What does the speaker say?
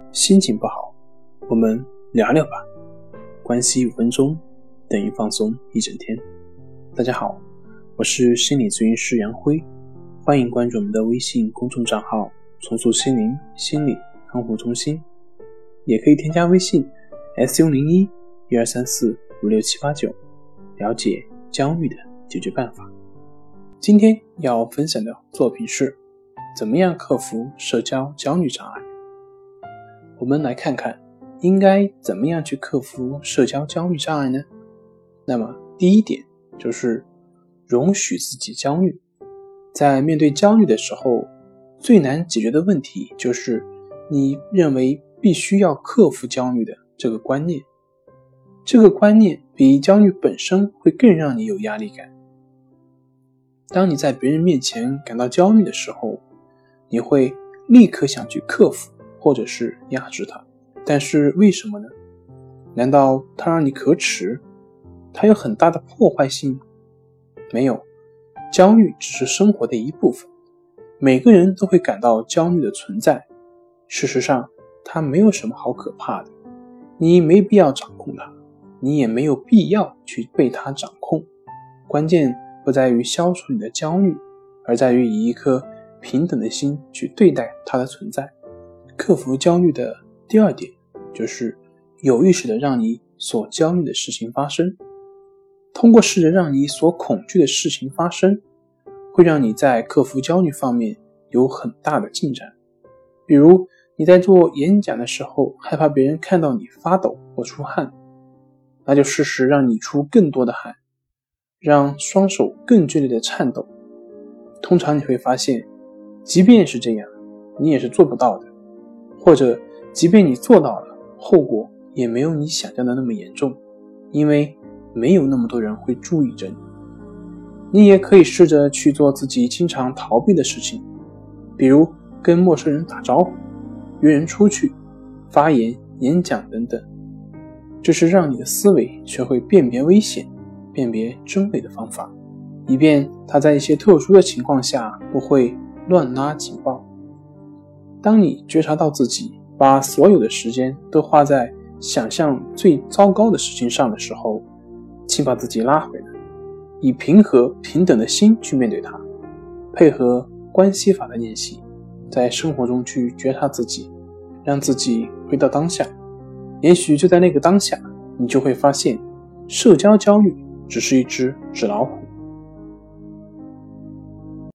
心情不好，我们聊聊吧。关系5分钟等于放松一整天。大家好，我是心理咨询师杨辉，欢迎关注我们的微信公众账号重塑心灵心理康复中心，也可以添加微信 SU011234567889 了解焦虑的解决办法。今天要分享的作品是怎么样克服社交焦虑障碍。我们来看看应该怎么样去克服社交焦虑障碍呢？那么第一点就是容许自己焦虑。在面对焦虑的时候，最难解决的问题就是你认为必须要克服焦虑的这个观念。这个观念比焦虑本身会更让你有压力感。当你在别人面前感到焦虑的时候，你会立刻想去克服或者是压制它，但是为什么呢？难道它让你可耻？它有很大的破坏性？没有，焦虑只是生活的一部分，每个人都会感到焦虑的存在。事实上，它没有什么好可怕的，你没必要掌控它，你也没有必要去被它掌控。关键不在于消除你的焦虑，而在于以一颗平等的心去对待它的存在。克服焦虑的第二点就是有意识的让你所焦虑的事情发生。通过试着让你所恐惧的事情发生，会让你在克服焦虑方面有很大的进展。比如你在做演讲的时候害怕别人看到你发抖或出汗，那就试试让你出更多的汗，让双手更剧烈的颤抖。通常你会发现，即便是这样，你也是做不到的，或者即便你做到了，后果也没有你想象的那么严重，因为没有那么多人会注意着你。你也可以试着去做自己经常逃避的事情，比如跟陌生人打招呼、约人出去、发言、演讲等等。这是让你的思维学会辨别危险、辨别真伪的方法，以便它在一些特殊的情况下不会乱拉警报。当你觉察到自己把所有的时间都花在想象最糟糕的事情上的时候，请把自己拉回来，以平和平等的心去面对它，配合关系法的练习，在生活中去觉察自己，让自己回到当下。也许就在那个当下，你就会发现社交焦虑只是一只纸老虎。